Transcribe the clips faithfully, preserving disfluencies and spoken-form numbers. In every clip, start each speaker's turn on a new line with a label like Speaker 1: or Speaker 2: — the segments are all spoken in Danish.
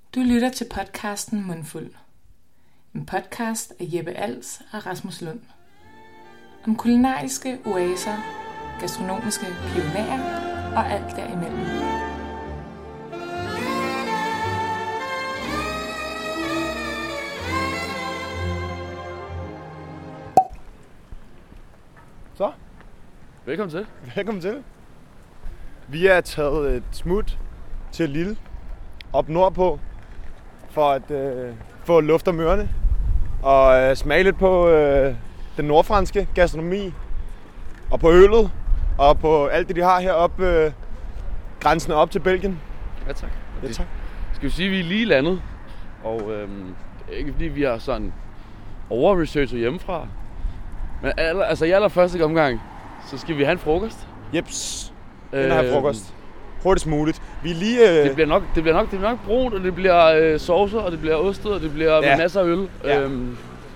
Speaker 1: Du lytter til podcasten Mundfuld. En podcast af Jeppe Als og Rasmus Lund. Om kulinariske oaser, gastronomiske pionerer og alt derimellem.
Speaker 2: Så,
Speaker 3: Velkommen til.
Speaker 2: velkommen til. Vi er taget et smut til Lille op nordpå for at øh, få luft om ørerne og øh, smage lidt på øh, den nordfranske gastronomi og på øllet og på alt det, de har heroppe, øh, grænsen op til Belgien.
Speaker 3: Ja, tak.
Speaker 2: Ja, tak.
Speaker 3: Skal vi sige, at vi er lige landet, og øhm, ikke fordi vi har sådan overresearchet hjemmefra, men aller, altså i allerførste omgang, så skal vi have en frokost.
Speaker 2: Jeps, den har
Speaker 3: Øhm,
Speaker 2: frokost. Hurtigst muligt. Vi er lige... Øh...
Speaker 3: Det bliver nok, det bliver nok, det bliver nok brunt, og det bliver øh, saucer, og det bliver ostet, og det bliver
Speaker 2: Ja.
Speaker 3: med masser af øl.
Speaker 2: Ja.
Speaker 3: Øhm,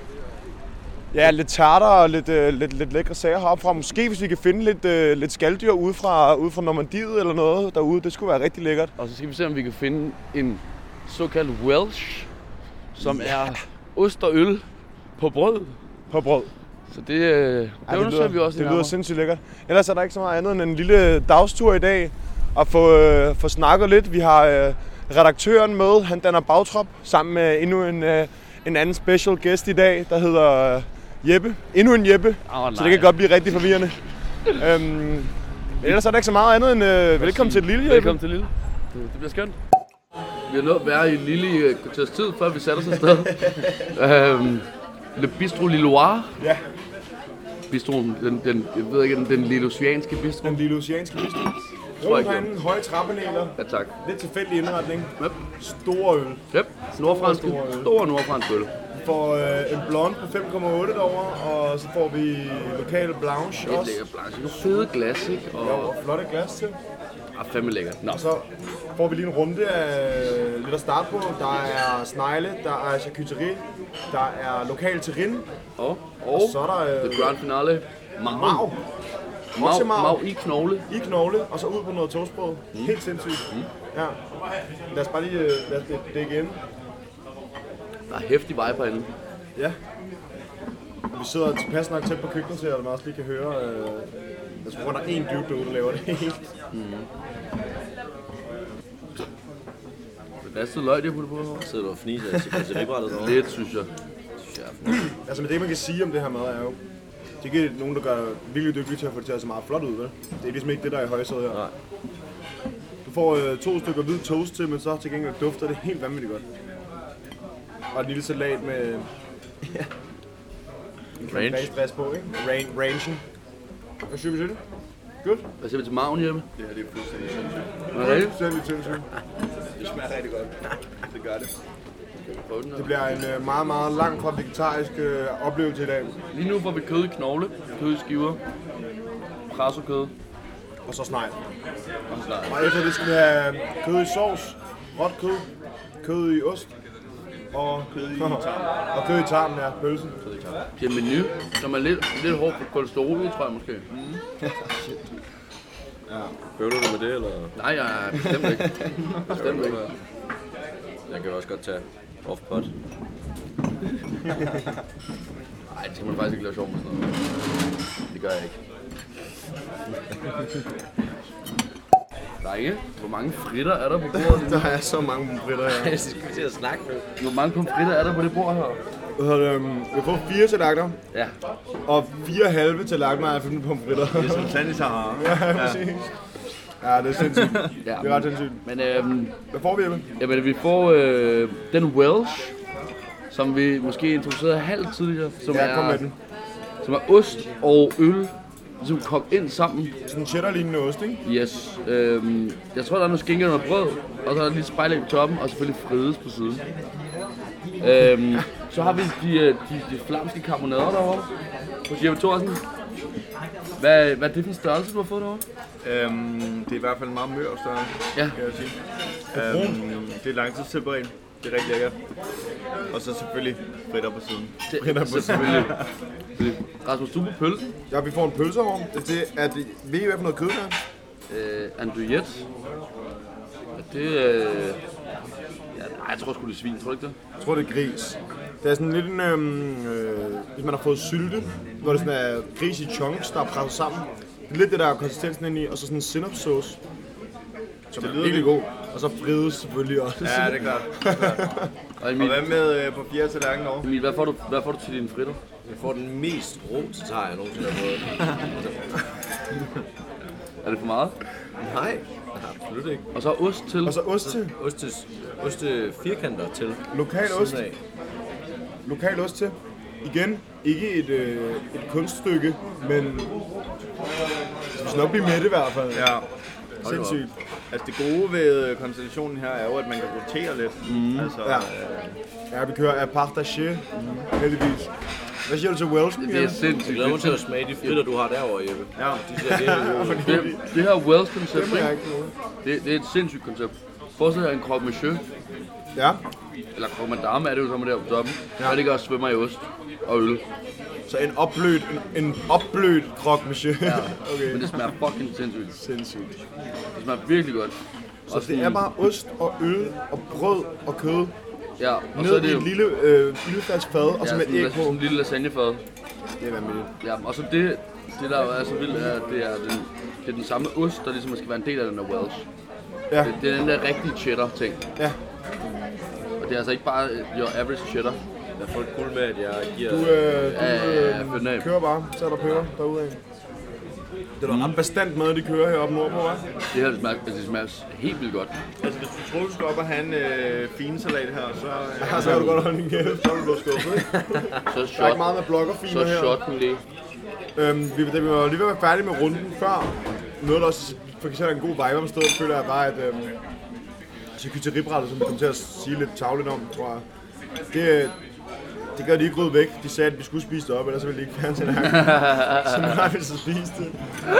Speaker 2: Ja, lidt tarter og lidt, øh, lidt, lidt lækre sager heroppe fra. Måske hvis vi kan finde lidt, øh, lidt skalddyr ude fra, ude fra Normandiet eller noget derude. Det skulle være rigtig lækkert.
Speaker 3: og så skal vi se, om vi kan finde en såkaldt Welsh, som
Speaker 2: Ja.
Speaker 3: er ost og øl på brød.
Speaker 2: På brød.
Speaker 3: Så det, øh, det
Speaker 2: Ej,
Speaker 3: undersøger vi også
Speaker 2: Det
Speaker 3: nærmere.
Speaker 2: lyder sindssygt lækkert. Ellers er der ikke så meget andet end en lille dagstur i dag. At få, øh, få snakket lidt. Vi har øh, redaktøren med. Han danner bagtrop sammen med endnu en, øh, en anden special guest i dag, der hedder øh, Jeppe. Endnu en Jeppe.
Speaker 3: Oh,
Speaker 2: Så det kan godt blive rigtig forvirrende. øhm, ellers er der ikke så meget andet end øh, velkommen til Lille, Jeppe.
Speaker 3: Velkommen til Lille. Det, det bliver skønt. Vi har nået at være i Lille i et kvarters tid, før vi satte os afsted. øhm, Le Bistro Lilloire.
Speaker 2: Ja,
Speaker 3: Bistroen, den, den, jeg ved ikke, den, den lillouisianske bistro.
Speaker 2: den lille oceanske bistro.
Speaker 3: Tror jeg
Speaker 2: Rundt
Speaker 3: ikke.
Speaker 2: herinde, høje trappeneler.
Speaker 3: Ja, tak.
Speaker 2: Lidt tilfældig indretning.
Speaker 3: Yep.
Speaker 2: Store øl.
Speaker 3: Yep. Nordfransk,
Speaker 2: Store øl.
Speaker 3: stor nordfransk øl.
Speaker 2: Vi får øh, en blonde på fem komma otte derovre, og så får vi lokale blanche
Speaker 3: Et
Speaker 2: også.
Speaker 3: lækker blanche. Nogle fede glas, ikke? Og
Speaker 2: Og flotte glas til.
Speaker 3: ah, fandme lækkert. Nå,
Speaker 2: Og så får vi lige en runde af lidt at starte på. Der er snegle, der er charcuterie, der er lokal terrin,
Speaker 3: og,
Speaker 2: og
Speaker 3: og
Speaker 2: så er der øh,
Speaker 3: the grand finale. Mau.
Speaker 2: Mau.
Speaker 3: Mau,
Speaker 2: Oksemarv.
Speaker 3: Mau i knogle.
Speaker 2: I knogle, og så ud på noget toastbrød. Mm. Helt sindssygt. Mm. Ja. Lad os bare lige øh, lad os dække ind.
Speaker 3: Der er hæftig vibe herinde.
Speaker 2: Ja. Og vi sidder tilpas nok tæt på køkkenet til, at man også lige kan høre. Øh, jeg tror, der er en dude derude, der laver det helt.
Speaker 3: Det er altid løg, det putte på her.
Speaker 4: Sidder du og fniser til konservibrættet derovre?
Speaker 3: Lidt, synes jeg.
Speaker 2: Altså, men det man kan sige om det her mad er jo, det er ikke nogen, der gør virkelig dygtige til at få det til at se meget flot ud, vel? Det er ligesom ikke det, der er i højsædet her.
Speaker 4: Nej.
Speaker 2: Du får øh, to stykker hvid toast til, men så til gengæld dufter det helt vanvittigt godt. Og et lille salat med ja. en
Speaker 4: Ranch.
Speaker 2: bagstress på, ikke? Rain, ranchen. Hvad siger vi til det? Godt.
Speaker 3: Hvad siger vi til maven, Jeppe?
Speaker 2: Det her det er fuldstændig sindssygt.
Speaker 3: Er det rigtigt?
Speaker 2: Fuldstændig sindssygt. Det smager rigtig godt. Det gør det.
Speaker 3: Prøv den her.
Speaker 2: Det bliver en øh, meget, meget lang fra vegetarisk øh, oplevelse i dag.
Speaker 3: Lige nu får vi kød i knogle, kød i skiver, pressokød
Speaker 2: Og så snegl.
Speaker 3: og slice.
Speaker 2: Og efter det skal vi have kød i sovs, råt kød, kød i ost og kød i tarmen. Og kød i tarmen, ja, pølsen.
Speaker 3: Det er en menu, som er lidt, lidt hårdt på kolesterol, tror jeg måske.
Speaker 4: Bøvler du med det, eller?
Speaker 3: Nej, jeg er bestemt ikke. Bestemt ikke.
Speaker 4: Jeg kan jo også godt tage off-pot.
Speaker 3: Nej, det skal man faktisk ikke lave sjov med sådan noget. Det gør jeg ikke. Drenge, hvor mange fritter er der på bordet lige nu?
Speaker 2: Der er så mange pomfritter her.
Speaker 4: Jeg skal til at snakke nu.
Speaker 3: Hvor mange pomfritter er der på det bord her?
Speaker 2: Hvad hedder det, øhm, Vi får fire tallerkener,
Speaker 3: Ja.
Speaker 2: og fire halve tallerkener er fyldt med pomfritter.
Speaker 4: Det er som Tannitar.
Speaker 2: Ja, præcis. Ja, det er sindssygt.
Speaker 3: Ja.
Speaker 2: Det er ret sindssygt.
Speaker 3: Men øhm,
Speaker 2: Hvad får vi, Jeppe?
Speaker 3: jamen, vi får øh, den Welsh, som vi måske introducerede halvt tidligere, som,
Speaker 2: Ja, kom med
Speaker 3: er,
Speaker 2: den.
Speaker 3: som er ost og øl, som kom ind sammen.
Speaker 2: Sådan en cheddar-lignende ost, ikke?
Speaker 3: Yes. Øhm, jeg tror, der er noget skinke og noget brød, og så er der lige spejlæg på toppen, og selvfølgelig frides på siden. Øhm, så har vi de, øh, de, de flamske karbonader derovre hos Jeppe Thorsen. Hvad, hvad er det for en størrelse, du har fået derovre?
Speaker 5: Øhm, det er i hvert fald en meget mør størrelse,
Speaker 3: Ja.
Speaker 5: kan jeg sige. Øhm, det er langtidstilberedt. Det er rigtig lækkert. Og så selvfølgelig fritter på siden.
Speaker 3: Det er selvfølgelig. Rasmus, du på pølsen?
Speaker 2: Ja, vi får en pølse over. Det, det er det, ved I, hvad for noget kød der er?
Speaker 3: Øh, andouillette. Det, øh, ja, jeg tror sgu det er svin, tror du ikke det?
Speaker 2: Jeg tror, det er gris. Det er sådan lidt en, øhm, øh, hvis man har fået sylte, hvor det sådan er gris i chunks, der er presset sammen. Det er lidt det, der er konsistensen ind i, og så sådan en sinapsauce, som er virkelig god. Og så frides selvfølgelig også.
Speaker 5: Ja, det er klart. Det er klart.
Speaker 3: Og Emil,
Speaker 5: Og hvad med øh, på fjerde tallerken over?
Speaker 3: Emil, hvad får du, hvad får du til dine fritter?
Speaker 4: Jeg får den mest ro til thai, jeg nogensinde har fået.
Speaker 3: Er det for meget?
Speaker 4: Nej, absolut ikke.
Speaker 3: Og så ost til.
Speaker 2: Og så ost til.
Speaker 4: Oste, oste firkanter til.
Speaker 2: Lokal ost.
Speaker 4: Siden af.
Speaker 2: Lokal ost til. Igen, ikke et, øh, et kunststykke, men vi skal nok blive med det i hvert fald.
Speaker 5: Ja.
Speaker 2: Sindssygt.
Speaker 5: Altså det gode ved konstellationen her er jo, at man kan rotere lidt. Mm. Altså,
Speaker 2: Ja.
Speaker 5: øh,
Speaker 2: Ja, vi kører à partager, mm. heldigvis. Hvad siger du til Welsken?
Speaker 3: Det er
Speaker 4: Jeg
Speaker 3: sindssygt.
Speaker 4: glæder mig til at smage de fritter, du har derovre, Jeppe.
Speaker 5: ja.
Speaker 4: De ser helt gode.
Speaker 3: Det, det her Wells-koncept,
Speaker 2: Det må jeg
Speaker 3: ikke?
Speaker 2: ikke noget.
Speaker 3: det, det er et sindssygt koncept. Forestil dig en croque monsieur,
Speaker 2: Ja,
Speaker 3: eller croque madame er det jo så med der på toppen. Ja. Der ligger og svømmer i ost og øl.
Speaker 2: så en opblødt, en, en opblødt croque monsieur.
Speaker 3: Ja.
Speaker 2: Okay.
Speaker 3: Men det smager fucking sindssygt.
Speaker 2: Sindssygt.
Speaker 3: Det smager virkelig godt.
Speaker 2: Så det er bare ost og øl og brød og kød
Speaker 3: Ja, og så
Speaker 2: ned
Speaker 3: er det
Speaker 2: i
Speaker 3: jo
Speaker 2: et lille øh, ildfast fad, og så
Speaker 3: ja,
Speaker 2: med
Speaker 3: sådan,
Speaker 2: æg
Speaker 3: en-
Speaker 2: på.
Speaker 3: sådan en lille lasagnefad.
Speaker 2: Det er vanvittigt.
Speaker 3: Ja, og så det, det der er så vildt, er, at det er den, det er den samme ost, der ligesom skal være en del af den der Welsh.
Speaker 2: Ja,
Speaker 3: Det, det er den der rigtige cheddar-ting.
Speaker 2: ja.
Speaker 3: Og det er altså ikke bare your average cheddar.
Speaker 4: Jeg får et kul med, at jeg giver...
Speaker 2: Du, øh, du
Speaker 3: Ja, ja, ja, fyr den af.
Speaker 2: øh, kører bare, så er der peber derudad. Det er da ret bestandt mad, de kører heroppe nordpå, hva'?
Speaker 3: Det her det smager, altså, det smager helt vildt godt.
Speaker 5: Altså hvis du tror, du skal op og have en øh, finsalat her, så... Øh,
Speaker 2: Ja, så kan du godt holde din kæft.
Speaker 5: så vil du blive skuffet, ikke?
Speaker 3: Så
Speaker 2: Der er ikke
Speaker 3: shot,
Speaker 2: meget med bloggerfiner
Speaker 3: så
Speaker 2: her.
Speaker 3: shot den lige.
Speaker 2: Øhm, vi, da vi var lige ved at være færdige med runden før, noget der også fik en god vibe om stedet, føler jeg bare, at øhm, charcuteriebrættet, som vi kom til at sige lidt tavligt om, tror jeg, det, det gør de ikke ryddet væk. De sagde, at vi skulle spise det op, ellers ville de ikke fjerne til det her. Så nu har vi så spist det.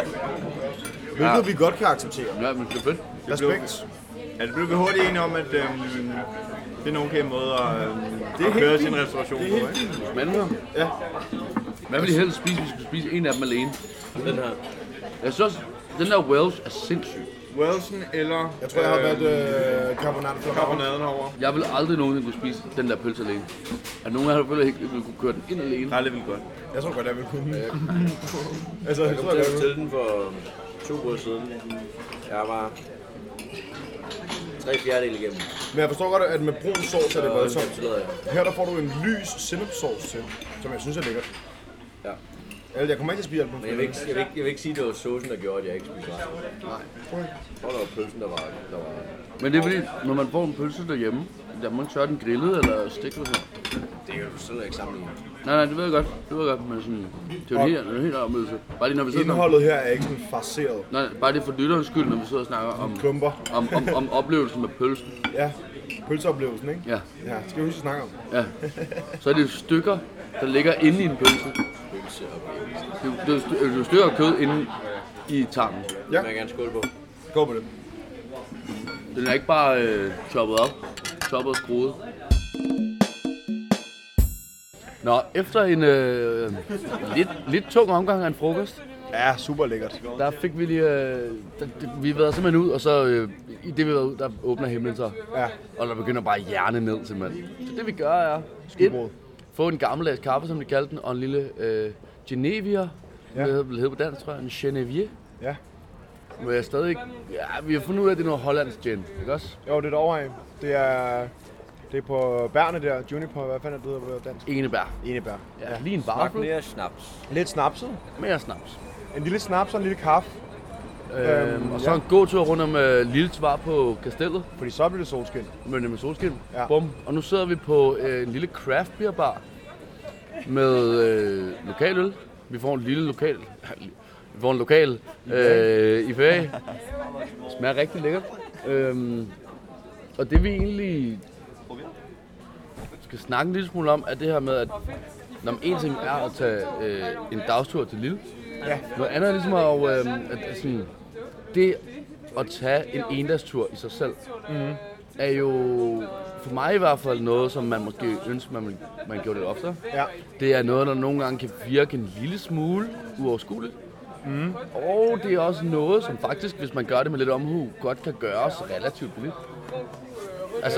Speaker 2: Hvilket
Speaker 3: Ja.
Speaker 2: vi godt kan acceptere.
Speaker 3: Ja, men det er fedt.
Speaker 2: Respekt.
Speaker 5: Ja, det blev vi hurtigt enige om, at øhm, det er en okay måde at, øhm,
Speaker 2: Det er
Speaker 5: at
Speaker 2: helt
Speaker 5: køre
Speaker 2: fint.
Speaker 5: sin restauration
Speaker 2: Det er
Speaker 5: på,
Speaker 2: helt
Speaker 5: ikke?
Speaker 2: fint.
Speaker 3: Spændende.
Speaker 2: Ja.
Speaker 3: Hvad vil I helst spise, hvis vi skulle spise en af dem alene?
Speaker 4: Den her.
Speaker 3: Jeg synes også, den der Welsh er sindssyg.
Speaker 5: Wellsen eller
Speaker 2: Jeg tror, jeg har været øh, carbonara for
Speaker 5: karbonaden herovre.
Speaker 3: Jeg vil aldrig nogensinde kunne spise den der pølse alene. Er nogen af jer, der føler ikke, ville kunne køre den ind alene?
Speaker 5: Det er lidt vildt godt.
Speaker 2: Jeg tror godt, jeg vil kunne. altså, jeg
Speaker 4: Jeg
Speaker 2: tror,
Speaker 4: kom til
Speaker 2: jeg
Speaker 4: at
Speaker 2: vil.
Speaker 4: bestille den for to uger siden. Jeg var tre fjerdedel igennem.
Speaker 2: Men jeg forstår godt, at med brun sovs er det
Speaker 4: Og
Speaker 2: voldsomt.
Speaker 4: så tillader jeg.
Speaker 2: Her der får du en lys sinapsauce til, som jeg synes er lækkert.
Speaker 4: Ja.
Speaker 2: Eller jeg kommer ikke til at spise alt på
Speaker 4: Men jeg vil, ikke, jeg, vil ikke, jeg vil ikke sige, at det var saucen, der gjorde, at jeg ikke spiste ret.
Speaker 2: Nej.
Speaker 4: Jeg tror, det var pølsen, der var... Der var
Speaker 3: Men det er fordi, når man får en pølse derhjemme, der må ikke sørge den grillet eller stikket her.
Speaker 4: det kan du sådan ikke sammenligne.
Speaker 3: Nej, nej, det ved jeg godt. Det ved jeg godt, men sådan, det er jo en helt, en helt oplevelse. Bare lige når vi sidder og
Speaker 2: Indholdet her er ikke sådan farceret.
Speaker 3: nej, bare det for lytterens skyld, når vi sidder og snakker om,
Speaker 2: Klumper.
Speaker 3: om, om, om oplevelsen med pølsen.
Speaker 2: Ja. Pølseoplevelsen, ikke?
Speaker 3: Ja,
Speaker 2: Ja, det skal vi huske at snakke om.
Speaker 3: ja. Så er det stykker, der ligger inde i en pølse.
Speaker 4: Pølse og baby.
Speaker 3: Det er, det er, stykker, det er stykker af kød inde i tarmen.
Speaker 2: Ja.
Speaker 4: Det vil jeg gerne skåle på.
Speaker 2: Gå på det.
Speaker 3: Den er ikke bare øh, choppet op, choppet og skruet. Nå, efter en øh, lidt, lidt tung omgang af en frokost,
Speaker 2: Ja, super lækkert.
Speaker 3: der fik vi lige, øh, der, det, vi været simpelthen ud, og så øh, i det vi var ud, der åbner himlen sig,
Speaker 2: Ja.
Speaker 3: og der begynder bare hjerne ned simpelthen. Så det vi gør er,
Speaker 2: Skudbrud.
Speaker 3: et, få en gammeldags kaffe, som de kaldte den, og en lille øh, Genevier, ja. det vil hedde på dansk, tror jeg, en Genevier.
Speaker 2: Ja.
Speaker 3: Men jeg stadig ikke, ja, vi har fundet ud af, at det er noget hollandsk gin, ikke også?
Speaker 2: Jo, det er derovre af. Det er, det er på bærne der, Juniper, hvad fanden er det hedder på dansk?
Speaker 3: Enebær.
Speaker 2: Enebær.
Speaker 3: Ja, lige en
Speaker 4: Smak
Speaker 3: vaffel,
Speaker 4: mere snaps.
Speaker 2: Lidt snapset.
Speaker 3: mere snaps.
Speaker 2: En lille snaps og en lille kaffe.
Speaker 3: Øhm, og så
Speaker 2: ja.
Speaker 3: en god tur rundt om øh, Lille Svar på kastellet,
Speaker 2: Fordi så bliver det solskin.
Speaker 3: med, med solskin.
Speaker 2: Ja.
Speaker 3: Bum. Og nu sidder vi på øh, en lille craft beer bar med øh, lokal øl. Vi får en lille lokal, vi får en lokal øh, I P A. Smager rigtig lækkert. Øhm, og det vi egentlig skal snakke en lille smule om, er det her med, at når en ting er at tage øh, en dagstur til Lille.
Speaker 2: Ja.
Speaker 3: Noget andet er ligesom at, øh, at, at sådan, det at tage en endagstur i sig selv, mm. er jo for mig i hvert fald noget, som man måske ønsker, man, man gjorde lidt oftere.
Speaker 2: Ja.
Speaker 3: Det er noget, der nogle gange kan virke en lille smule uoverskueligt. Mm. Og det er også noget, som faktisk, hvis man gør det med lidt omhu, godt kan gøres relativt billigt. Altså,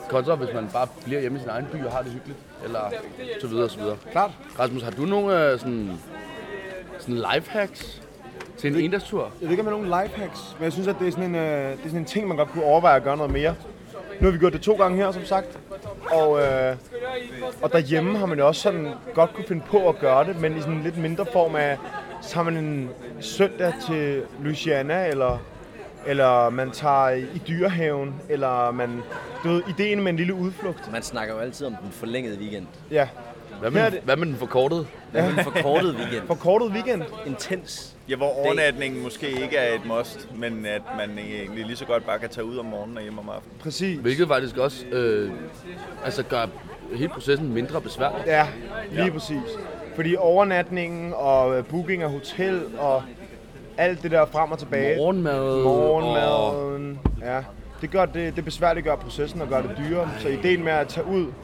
Speaker 3: kontra hvis man bare bliver hjemme i sin egen by og har det hyggeligt, eller så videre og så videre.
Speaker 2: Klart.
Speaker 3: Rasmus, har du nogle øh, sådan, sådan lifehacks til en endagstur?
Speaker 2: Jeg ved ikke, om jeg har nogle lifehacks, men jeg synes, at det er sådan en, øh, det er sådan en ting, man godt kunne overveje at gøre noget mere. Nu har vi gjort det to gange her, som sagt. Og, øh, og derhjemme har man jo også sådan godt kunne finde på at gøre det, men i sådan en lidt mindre form af, så har man en søndag til Louisiana, eller, eller man tager i dyrehaven, eller man, du ved, ideen med en lille udflugt.
Speaker 4: Man snakker jo altid om den forlængede weekend.
Speaker 2: Ja.
Speaker 3: Hvad med, hvad med den forkortede?
Speaker 4: Hvad med den forkortede weekend?
Speaker 2: Forkortet weekend.
Speaker 4: Intens.
Speaker 5: Ja, hvor overnatningen måske ikke er et must, men at man egentlig lige så godt bare kan tage ud om morgenen og hjem om aftenen.
Speaker 2: Præcis.
Speaker 3: Hvilket faktisk også øh, altså gør hele processen mindre besværlig.
Speaker 2: Ja, lige ja. præcis. Fordi overnatningen og booking af hotel og alt det der frem og tilbage.
Speaker 3: Morgenmad.
Speaker 2: Morgenmaden. Og... Ja, det gør det, det besværliggør processen og gør det dyrere. Så ideen med at tage ud,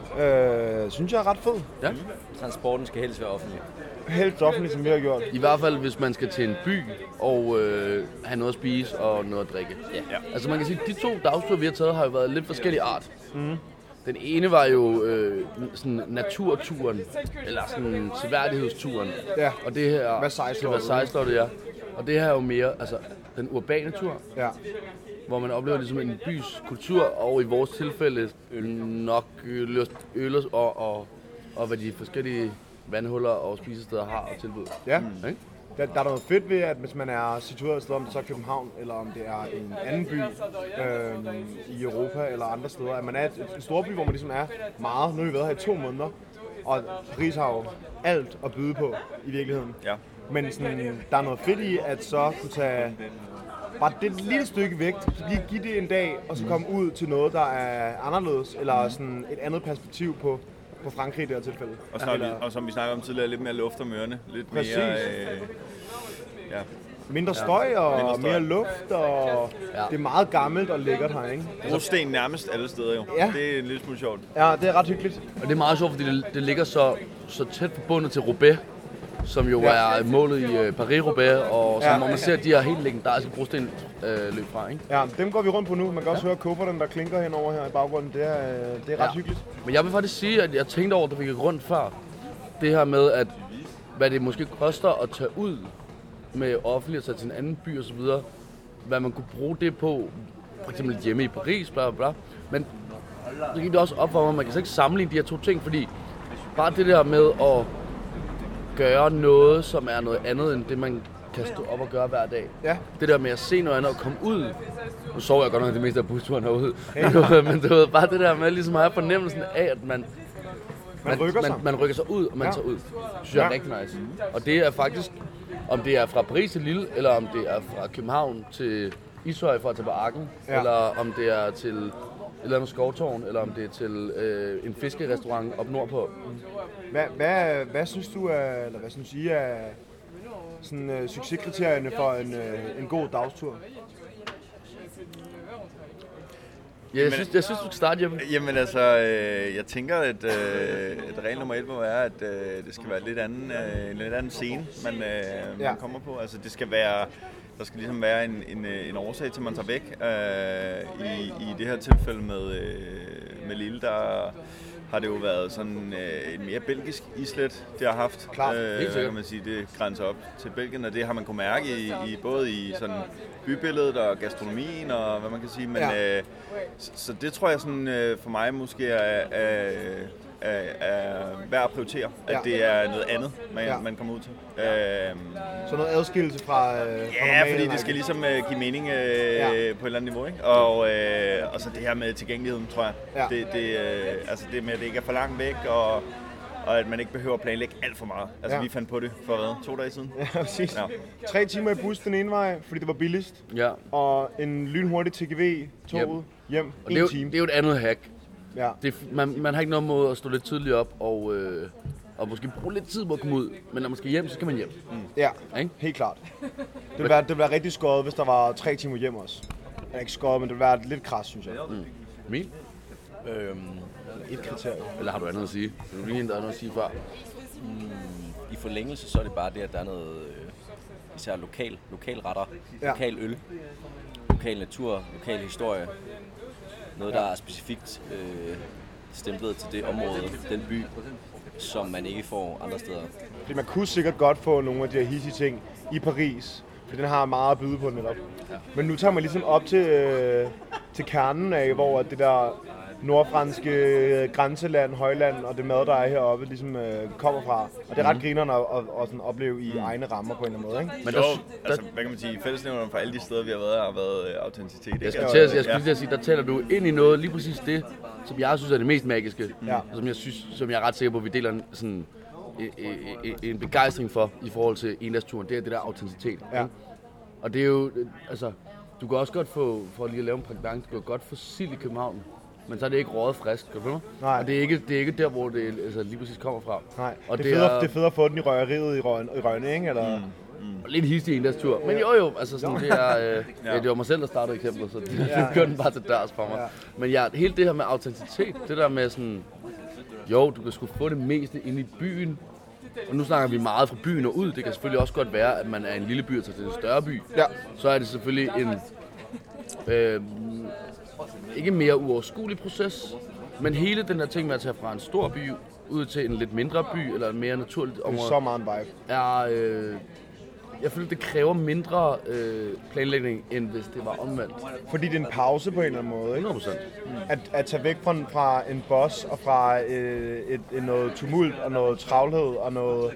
Speaker 2: øh, synes jeg er ret fed.
Speaker 3: Ja.
Speaker 4: Transporten skal helst være offentlig.
Speaker 2: Helt offentligt, som vi har gjort.
Speaker 3: I hvert fald, hvis man skal til en by og øh, have noget at spise og noget at drikke.
Speaker 4: Ja.
Speaker 3: Altså man kan sige, at de to dagsture, vi har taget, har jo været lidt forskellige art. Mm. Den ene var jo øh, sådan naturturen, eller sådan seværdighedsturen.
Speaker 2: Ja.
Speaker 3: Og det her...
Speaker 2: Versailles-slottet.
Speaker 3: Versailles-slottet, ja. Og det her er jo mere, altså den urbane tur.
Speaker 2: Ja.
Speaker 3: Hvor man oplever ligesom en bys kultur, og i vores tilfælde nok øl, øl og, og, og hvad de forskellige vandhuller og spisesteder har og tilbud.
Speaker 2: Ja.
Speaker 3: Mm.
Speaker 2: Der, der er noget fedt ved, at hvis man er situeret et sted, om det så er København, eller om det er en anden by øh, i Europa eller andre steder, at man er et, en stor by, hvor man ligesom er meget. Nu har vi været her i to måneder, og Paris har jo alt at byde på i virkeligheden.
Speaker 5: Ja.
Speaker 2: Men sådan, der er noget fedt i, at så kunne tage bare det lille stykke vægt, lige give det en dag, og så komme ud til noget, der er anderledes, eller sådan et andet perspektiv på på Frankrig i det her tilfælde.
Speaker 5: Og, ja, eller... og som vi snakkede om tidligere, lidt mere luft om ørerne. Lidt Præcis. mere... Øh, ja.
Speaker 2: Mindre støj og Mindre støj. mere luft, og ja. det er meget gammelt og lækkert her, ikke?
Speaker 5: Brosten nærmest alle steder jo.
Speaker 2: Ja.
Speaker 5: Det er en lille smule sjovt.
Speaker 2: Ja, det er ret hyggeligt.
Speaker 3: Og det er meget sjovt, fordi det, det ligger så, så tæt forbundet til Roubaix, som jo ja. er målet i uh, Paris-Roubaix, og som, ja. hvor man ser de her helt legendariske brosten øh, løb fra, ikke?
Speaker 2: Ja, dem går vi rundt på nu. Man kan også ja. høre kufferten, der klinker henover her i baggrunden. Det er, det er ret ja. hyggeligt.
Speaker 3: Men jeg vil faktisk sige, at jeg tænkte over, da vi gik rundt før, det her med, at hvad det måske koster at tage ud med offentligt og tage til en anden by og så videre, hvad man kunne bruge det på, for eksempel hjemme i Paris, bla bla bla. Men så gik det også op for mig, at man kan så ikke sammenligne de her to ting, fordi bare det der med at gøre noget, som er noget andet end det, man kan stå op og gøre hver dag.
Speaker 2: Ja.
Speaker 3: Det der med at se noget andet og komme ud. Nu sover jeg godt nok det meste af busturen herude. Hey. Men du ved, bare det der med ligesom at have fornemmelsen af, at man,
Speaker 2: man, man, rykker,
Speaker 3: man,
Speaker 2: sig.
Speaker 3: man rykker sig ud, og man ja. tager ud. Det synes jeg er ja. rigtig nice. Og det er faktisk, om det er fra Paris til Lille, eller om det er fra København til Ishøj for at tage på Arken, ja. eller om det er til et eller andet skovtårn, eller om det er til øh, en fiskerestaurant op nordpå.
Speaker 2: Hvad, hvad, hvad synes du er, eller hvad synes I er sådan, uh, succeskriterierne for en, uh, en god dagstur?
Speaker 3: Ja, jeg, synes, jeg synes, du skal starte hjemme.
Speaker 5: Jamen altså, øh, jeg tænker, at, øh, at regel nummer et må være, at øh, det skal være lidt anden, øh, en lidt anden scene, man, øh, ja. man kommer på. Altså, det skal være, der skal ligesom være en, en, en årsag til, at man tager væk. Øh, i, I det her tilfælde med, øh, med Lille, der har det jo været sådan øh, en mere belgisk islet, det har haft.
Speaker 2: Klart,
Speaker 5: øh,
Speaker 2: helt sikkert.
Speaker 5: Kan man sige, det grænser op til Belgien, og det har man kunne mærke i, i både i sådan bybilledet og gastronomien og hvad man kan sige, men ja. øh, så, så det tror jeg sådan øh, for mig måske er, er, er, er værd at prioritere, at ja. det er noget andet, man, ja. man kommer ud til. Øh,
Speaker 2: så noget adskillelse fra øh,
Speaker 5: Ja, fra fordi det skal ligesom øh, give mening øh, ja. på et eller andet niveau, ikke? Og, øh, og så det her med tilgængeligheden, tror jeg. Ja. Det, det, øh, altså det med, at det ikke er for langt væk, og og at man ikke behøver at planlægge alt for meget. Altså, ja. vi fandt på det for hvad? To dage siden?
Speaker 2: Ja, præcis. Ja. Tre timer i bus den ene vej, fordi det var billigst.
Speaker 3: Ja.
Speaker 2: Og en lynhurtig T G V-toget yep. hjem.
Speaker 3: Og
Speaker 2: en
Speaker 3: det er, jo,
Speaker 2: time.
Speaker 3: det er jo et andet hack.
Speaker 2: Ja.
Speaker 3: Det, man, man har ikke noget måde at stå lidt tidligt op og, øh, og måske bruge lidt tid på at komme ud. Men når man skal hjem, så skal man hjem. Mm.
Speaker 2: Ja,
Speaker 3: ikke?
Speaker 2: Helt klart. Det ville, være, det ville være rigtig skåret, hvis der var tre timer hjem også. Det er ikke skåret, men det ville være lidt kras, synes jeg.
Speaker 3: Mm. Min?
Speaker 2: Øhm, et kriterie.
Speaker 3: Eller har du andet at sige? Er du lige en, der har noget at sige før?
Speaker 4: Mm, I forlængelse så er det bare det, at der er noget øh, især lokal, lokal retter, ja. lokal øl, lokal natur, lokal historie. Noget, der er specifikt øh, stemplet til det område, den by, som man ikke får andre steder.
Speaker 2: Fordi man kunne sikkert godt få nogle af de her hissige ting i Paris, for den har meget at byde på netop. Ja. Men nu tager man ligesom op til, øh, til kernen af, hvor det der nordfranske grænseland, højland og det mad, der er heroppe, ligesom øh, kommer fra. Og det er ret mm. grinerende at, at, at sådan opleve i mm. egne rammer på en eller anden måde, ikke?
Speaker 5: Men der, altså, hvad kan man sige, fællesnævneren for alle de steder, vi har været, har været øh, autenticitet, ikke?
Speaker 3: Jeg skulle til, jeg skulle til at sige, der taler du ind i noget, lige præcis det, som jeg synes er det mest magiske. Ja. Og som jeg, synes, som jeg er ret sikker på, at vi deler en, sådan, en, en begejstring for i forhold til endagsturen. Det er det der autenticitet. Ja. Og det er jo, altså, du kan også godt få, for lige at lave en prædikant, du kan godt få sild i København. Men så er det ikke røget frisk, kan du følge mig? Nej. Og det er ikke, det er ikke der, hvor det altså, lige præcis kommer fra.
Speaker 2: Nej, og det, det, er federe, er, det er federe at få den i røgeriet i Rønne, i Rønne, ikke? Eller? Mm.
Speaker 3: Mm. Lidt histig endagstur. Men jo jo, altså sådan, det er, øh, ja. Ja, det var mig selv, der startede eksemplet, så det, ja. Gør den bare til dørs for mig. Ja. Men ja, helt det her med autenticitet, det der med sådan, jo, du kan sgu få det meste inde i byen. Og nu snakker vi meget fra byen og ud. Det kan selvfølgelig også godt være, at man er en lille by og tager til en større by. Ja. Så er det selvfølgelig en øh, ikke mere uoverskuelig proces, men hele den her ting med at tage fra en stor by ud til en lidt mindre by, eller en mere naturligt område.
Speaker 2: Det er så meget en vibe.
Speaker 3: Er, øh, jeg føler, det kræver mindre øh, planlægning, end hvis det var omvendt.
Speaker 2: Fordi det er en pause på en eller anden måde, ikke?
Speaker 3: hundrede procent.
Speaker 2: Mm. At, at tage væk fra, fra en boss og fra øh, et, et, noget tumult og noget travlhed og noget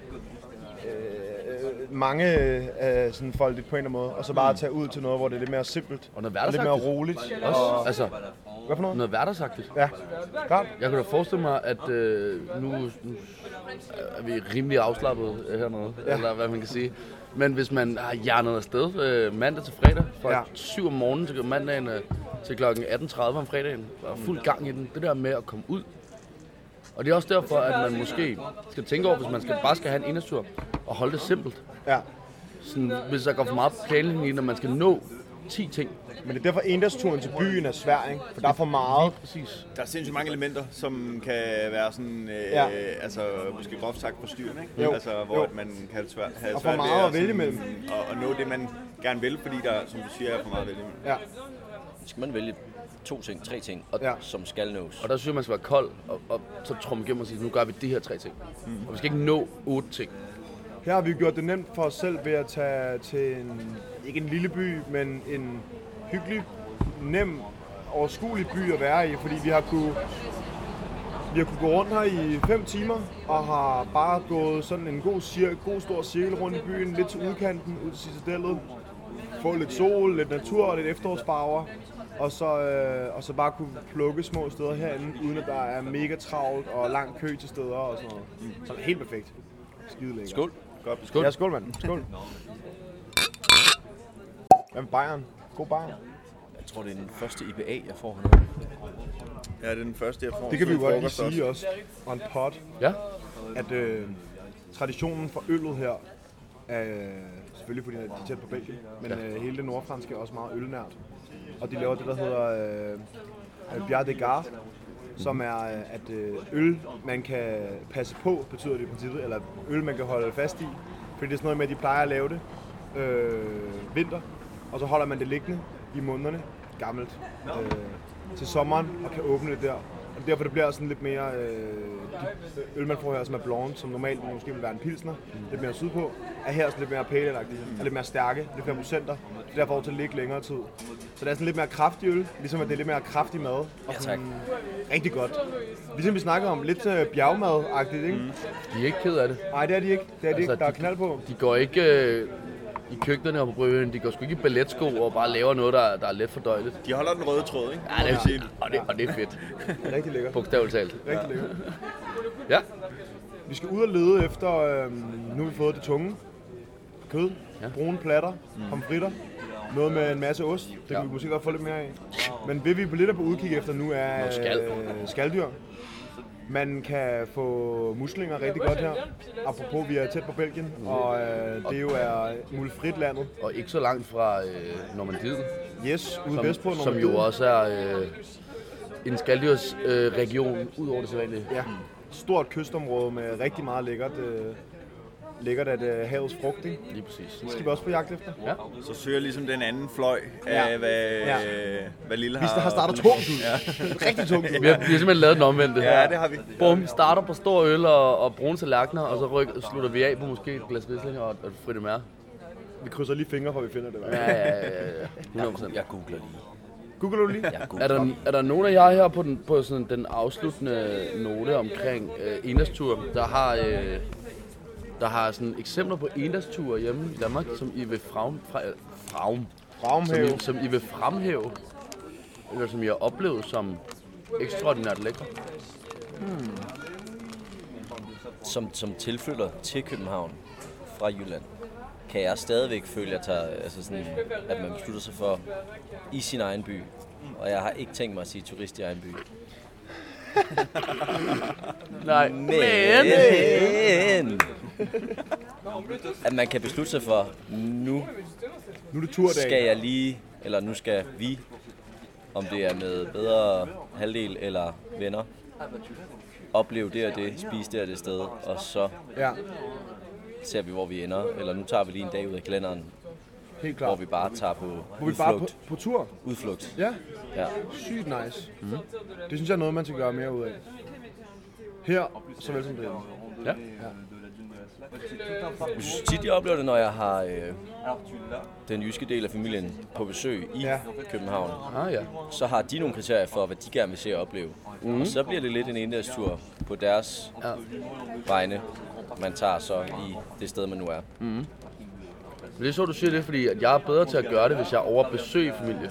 Speaker 2: øh, mange øh, sådan foldigt på en eller anden måde, og så bare mm. tage ud til noget, hvor det er lidt mere simpelt og, noget og lidt mere roligt.
Speaker 3: Også,
Speaker 2: og,
Speaker 3: altså,
Speaker 2: hvad for noget?
Speaker 3: Noget hverdagsagtigt.
Speaker 2: Ja, klart.
Speaker 3: Jeg kan da forestille mig, at øh, nu, nu er vi rimelig afslappet hernede, ja. Eller hvad man kan sige. Men hvis man har hjernet afsted øh, mandag til fredag, fra ja. syv om morgenen til mandagen øh, til klokken atten tredive om fredagen, og fuld gang i den, det der med at komme ud. Og det er også derfor, at man måske skal tænke over, hvis man skal, bare skal have en endagstur, og holde det simpelt.
Speaker 2: Ja.
Speaker 3: Sådan, hvis der går for meget planlægning i, når man skal nå ti ting.
Speaker 2: Men det er derfor, endagsturen til byen er svær, ikke? For der er for meget.
Speaker 3: Præcis.
Speaker 5: Der er sindssygt mange elementer, som kan være sådan, øh,
Speaker 2: ja.
Speaker 5: altså måske groft sagt forstyrrende, ikke?
Speaker 2: Jo.
Speaker 5: Altså, hvor
Speaker 2: jo.
Speaker 5: man kan have svært, have
Speaker 2: og
Speaker 5: svært
Speaker 2: for meget
Speaker 5: ved
Speaker 2: at vælge mellem.
Speaker 5: Og, og nå det, man gerne vil, fordi der, som du siger, er for meget at vælge mellem.
Speaker 2: Ja.
Speaker 4: Skal man vælge to ting, tre ting, og,
Speaker 2: ja.
Speaker 4: som skal nås.
Speaker 3: Og der synes jeg, man skal være kold, og, og så trumme igennem og sige, nu gør vi de her tre ting. Mm. Og vi skal ikke nå otte ting.
Speaker 2: Her har vi gjort det nemt for os selv ved at tage til en, ikke en lille by, men en hyggelig, nem, overskuelig by at være i, fordi vi har kunne, vi har kunne gå rundt her i fem timer, og har bare gået sådan en god, cir- god stor cirkel rundt i byen, lidt til udkanten, ud til Citadellet, få lidt sol, lidt natur og lidt efterårsfarver, og så, øh, og så bare kunne plukke små steder herinde, uden at der er mega travlt og lang kø til steder og sådan noget. Så det er helt perfekt. Skide lækkert.
Speaker 4: Skål.
Speaker 2: Godt. Skål. Ja, skål, mand. Skål. Hvad med Bayern? God Bayern.
Speaker 4: Jeg tror, det er den første I P A, jeg får hernede.
Speaker 5: Ja, det er den første, jeg får.
Speaker 2: Det kan vi jo godt lige sige også. Og en pot.
Speaker 3: Ja.
Speaker 2: At øh, traditionen for øllet her, er selvfølgelig fordi de er tæt på Belgien, men ja. øh, hele det nordfranske er også meget ølnært. Og de laver det, der hedder øh, Bière de Gare, som er, at øh, øl, man kan passe på, betyder det i princippet, eller øl, man kan holde fast i. Fordi det er sådan noget med, at de plejer at lave det øh, vinter, og så holder man det liggende i månederne, gammelt, øh, til sommeren, og kan åbne det der. Og derfor det bliver sådan lidt mere, øh, de øl, man får her, som er blonde, som normalt måske vil være en pilsner, mm. lidt mere sydpå, er her sådan lidt mere pale-agtige, er lidt mere stærke, lidt flere procenter, det derfor til at ligge længere tid. Så det er sådan lidt mere kraftig øl, ligesom at det er lidt mere kraftig mad, og sådan ja, rigtig godt. Ligesom vi snakkede om, lidt uh, bjergmad-agtigt, ikke? Mm.
Speaker 3: De er ikke ked af det.
Speaker 2: Nej, det er de ikke. Det er de altså, ikke. Der er knald på.
Speaker 3: De går ikke øh, i køkkenerne og på brøden, de går sgu ikke i balletsko og bare laver noget, der, der er let fordøjeligt.
Speaker 5: De holder den røde tråd, ikke?
Speaker 3: Ja, det er fint. Og det, og det er fedt.
Speaker 2: Rigtig lækkert.
Speaker 3: Bogstaveligt talt.
Speaker 2: Rigtig lækkert.
Speaker 3: Ja.
Speaker 2: Vi skal ud og lede efter, øh, nu har vi fået det tunge. Kød, ja. Brune platter, mm. pomfritter, noget med en masse ost. Det kan ja. vi måske godt få lidt mere af. Men det vi på lidt er på udkig efter nu er
Speaker 3: skal.
Speaker 2: øh, skalddyr. Man kan få muslinger rigtig godt her. Apropos, vi er tæt på Belgien, og øh, det jo er mulefrit landet.
Speaker 3: Og ikke så langt fra øh, Normandiet.
Speaker 2: Yes, ude vestpå Normandiet.
Speaker 3: Som jo også er øh, en skalddyrsregion, øh, ud over det sædvanlige.
Speaker 2: Ja, stort kystområde med rigtig meget lækkert. Øh, lækkert, at uh, havets frugt, ikke?
Speaker 3: Lige præcis.
Speaker 2: Det skal vi også på jagt efter.
Speaker 3: Ja.
Speaker 5: Så søger ligesom den anden fløj af, ja. hvad, ja. hvad Lille har...
Speaker 2: Vi har startet tungt ud. Ja. Rigtig tungt ud.
Speaker 3: Vi har, vi har simpelthen lavet den omvendte.
Speaker 5: Ja, det har vi.
Speaker 3: Bum, vi starter på stor øl og, og brune tallerkener, og så ryk, slutter vi af på måske et glas Riesling og et Frit Mer.
Speaker 2: Vi krydser lige fingre, for vi finder det.
Speaker 3: Ja, ja, ja, ja. hundrede procent.
Speaker 4: Jeg googler lige.
Speaker 2: Googler du lige?
Speaker 4: Jeg googler.
Speaker 3: Er der, er der nogen af jer her på den, på sådan den afsluttende note omkring øh, endagstur, der har, øh, der har sådan eksempler på endagsture hjemme i Danmark, som I vil frem, fra, øh, frem,
Speaker 2: Fremhæve.
Speaker 3: som, I, som I vil fremhæve, eller som I har oplevet som ekstraordinært lækre?
Speaker 4: Hmm. Som, som tilflytter til København fra Jylland, kan jeg stadigvæk føle, at, jeg tager, altså sådan, at man beslutter sig for i sin egen by. Og jeg har ikke tænkt mig at sige turist i egen by.
Speaker 3: Nej,
Speaker 4: men,
Speaker 3: men
Speaker 4: at man kan beslutte sig for, nu,
Speaker 2: nu er det turdag.
Speaker 4: Skal jeg lige, eller nu skal vi, om det er med bedre halvdel eller venner, opleve det og det, spise det og det sted, og så
Speaker 2: ja.
Speaker 4: ser vi, hvor vi ender. Eller nu tager vi lige en dag ud af kalenderen,
Speaker 2: helt klart.
Speaker 4: Hvor vi bare tager på
Speaker 2: hvor vi bare på, på tur.
Speaker 4: Udflugt.
Speaker 2: Ja.
Speaker 4: Ja.
Speaker 2: Sygt nice. Mm-hmm. Det synes jeg er noget, man skal gøre mere ud af. Her, såvel som det.
Speaker 3: Ja.
Speaker 2: ja.
Speaker 4: Jeg synes tit, jeg oplever det, når jeg har øh, den jyske del af familien på besøg i ja. København.
Speaker 3: Ah, ja.
Speaker 4: Så har de nogle kriterier for, hvad de gerne vil se og opleve. Mm. Og så bliver det lidt en endagstur på deres ja. vegne, man tager så i det sted, man nu er.
Speaker 3: Mm. Men det er så, du siger det, fordi at jeg er bedre til at gøre det, hvis jeg er over besøg familie.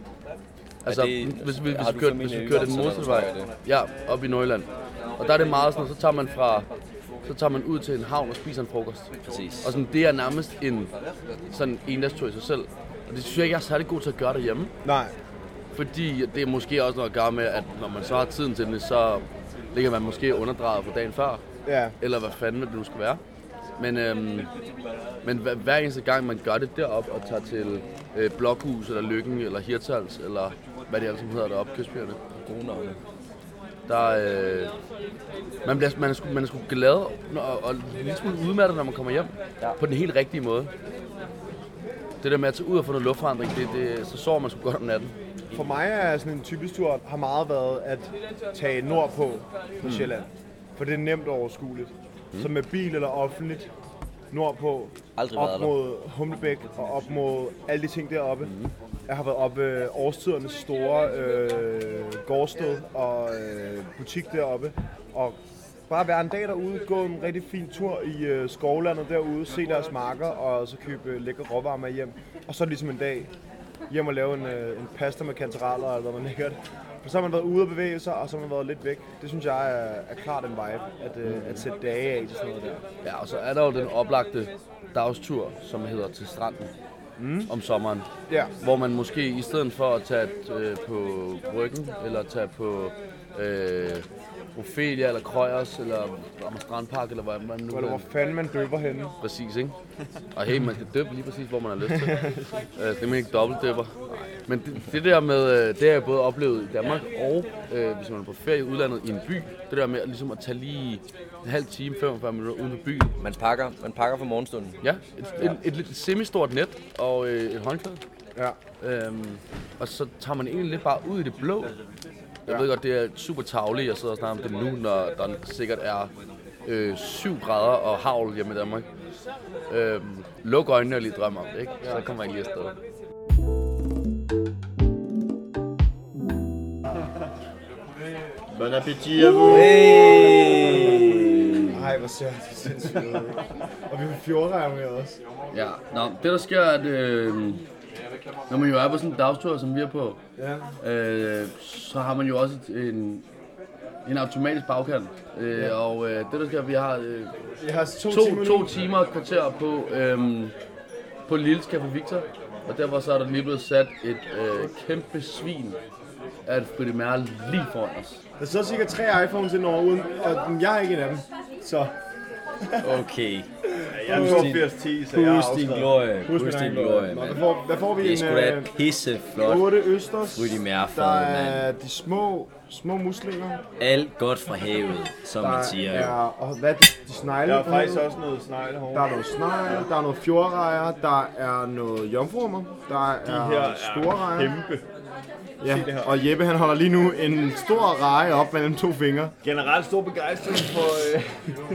Speaker 3: Altså, det, hvis, hvis, hvis, vi kører, hvis vi kører den modsatte vej, ja, op i Nordjylland. Og der er det meget sådan, så tager man fra, så tager man ud til en havn og spiser en frokost.
Speaker 4: Præcis.
Speaker 3: Og sådan, det er nærmest en sådan endagstur i sig selv. Og det synes jeg ikke, jeg er særlig god til at gøre derhjemme.
Speaker 2: Nej.
Speaker 3: Fordi det er måske også noget at gøre med, at når man så har tiden til det, så ligger man måske underdrejet for dagen før.
Speaker 2: Ja.
Speaker 3: Eller hvad fanden det nu skal være. Men, øhm, men hver eneste gang man gør det derop og tager til øh, Blokhus eller Lykken eller Hirtshals eller hvad det altså hedder deroppe, Kystbjergene.
Speaker 4: Gode navne.
Speaker 3: Der øh, man bliver man er sgu, man er sgu glad og, og, og lidt smule udmattet, når man kommer hjem ja. På den helt rigtige måde. Det der med at tage ud og få noget luftforandring, det, det, så sover man sgu godt om natten.
Speaker 2: For mig er sådan en typisk tur har meget været at tage nordpå på mm. Sjælland. For det er nemt og overskueligt. Mm. Så med bil eller offentligt nordpå,
Speaker 4: Aldrig
Speaker 2: op mod Humlebæk og op mod alle de ting deroppe. Mm. Jeg har været oppe øh, årstidernes store øh, gårdsted og øh, butik deroppe. Og bare være en dag derude, gå en rigtig fin tur i øh, skovlandet derude, se deres marker og så købe øh, lækre råvarer med hjem. Og så ligesom en dag hjem og lave en, øh, en pasta med kantareller eller hvad man lækkert. For så har man været ude og bevæge sig, og så har man været lidt væk. Det synes jeg er, er klart en vibe, at, øh, at sætte dage af til sådan noget der.
Speaker 3: Ja, og så er der jo den oplagte dagstur, som hedder til stranden mm. om sommeren.
Speaker 2: Ja.
Speaker 3: Hvor man måske i stedet for at tage øh, på Bryggen, eller tage på øh, Ophelia, eller Krøyers, eller Amager Strandpark, eller hvad man nu...
Speaker 2: Hvor, hvor fanden man døber henne.
Speaker 3: Præcis, ikke? Og hey, man skal døbe lige præcis, hvor man har lyst til. øh, det er man ikke dobbeltdøber. Men det, det der med, det har jeg både oplevet i Danmark og øh, hvis man er på ferie i udlandet i en by. Det der med ligesom at tage lige en halv time, femogfyrre minutter uden for byen.
Speaker 4: Man pakker, man pakker for morgenstunden.
Speaker 3: Ja, et, et, et, et semistort net og øh, et håndklæde.
Speaker 2: Ja.
Speaker 3: Øhm, og så tager man egentlig lidt bare ud i det blå. Jeg ja. ved godt, det er super tarveligt, jeg sidder og snakker om det nu, når der sikkert er øh, syv grader og havl hjemme i Danmark. Øhm, luk øjnene og lige drømme om det, ikke? Så kommer man lige afsted.
Speaker 6: Bon appétit à vous!
Speaker 2: Hey! Ej, hvor ser det sindssygt ud. Og vi får fjordrejer med også.
Speaker 3: Ja, nå, det der sker er, at øh, når man jo er på sådan en dagstur, som vi er på, ja. øh, så har man jo også en, en automatisk bagkant. Øh, ja. Og øh, det der sker, at vi har, øh,
Speaker 2: jeg har to,
Speaker 3: to,
Speaker 2: timer,
Speaker 3: to timer og kvarter på, øh, på Lilles Café Victor. Og derfor så er der lige blevet sat et øh, kæmpe svin af et Frit Mer lige foran os.
Speaker 2: Der sidder cirka tre iPhones ind over uden, og jeg har ikke en af dem. Så.
Speaker 4: Okay.
Speaker 5: Jeg er toogfirs ti, så jeg er
Speaker 4: Pust din glorie.
Speaker 2: Pust
Speaker 4: Pust din
Speaker 2: glorie.
Speaker 4: glorie,
Speaker 2: Nå,
Speaker 4: mand.
Speaker 2: hvad får, hvad får vi?
Speaker 4: Det er sgu da
Speaker 2: en
Speaker 4: pisseflot.
Speaker 2: otte østers.
Speaker 4: Fryt i
Speaker 2: Der
Speaker 4: mærfad,
Speaker 2: er
Speaker 4: mand.
Speaker 2: de små, små muslinger.
Speaker 4: Alt godt fra havet, som man
Speaker 2: Der
Speaker 4: siger.
Speaker 2: er, og hvad er det? De snegle.
Speaker 5: Der er
Speaker 2: på
Speaker 5: faktisk
Speaker 2: havet.
Speaker 5: også noget snegl
Speaker 2: Der
Speaker 5: herovre.
Speaker 2: er noget snegl, der er noget fjordrejer, der er noget jomfrummer, der
Speaker 5: De
Speaker 2: er
Speaker 5: her
Speaker 2: store
Speaker 5: er
Speaker 2: rejer.
Speaker 5: kæmpe.
Speaker 2: Ja, og Jeppe han holder lige nu en stor reje op mellem to fingre.
Speaker 5: Generelt stor begejstring for... Øh...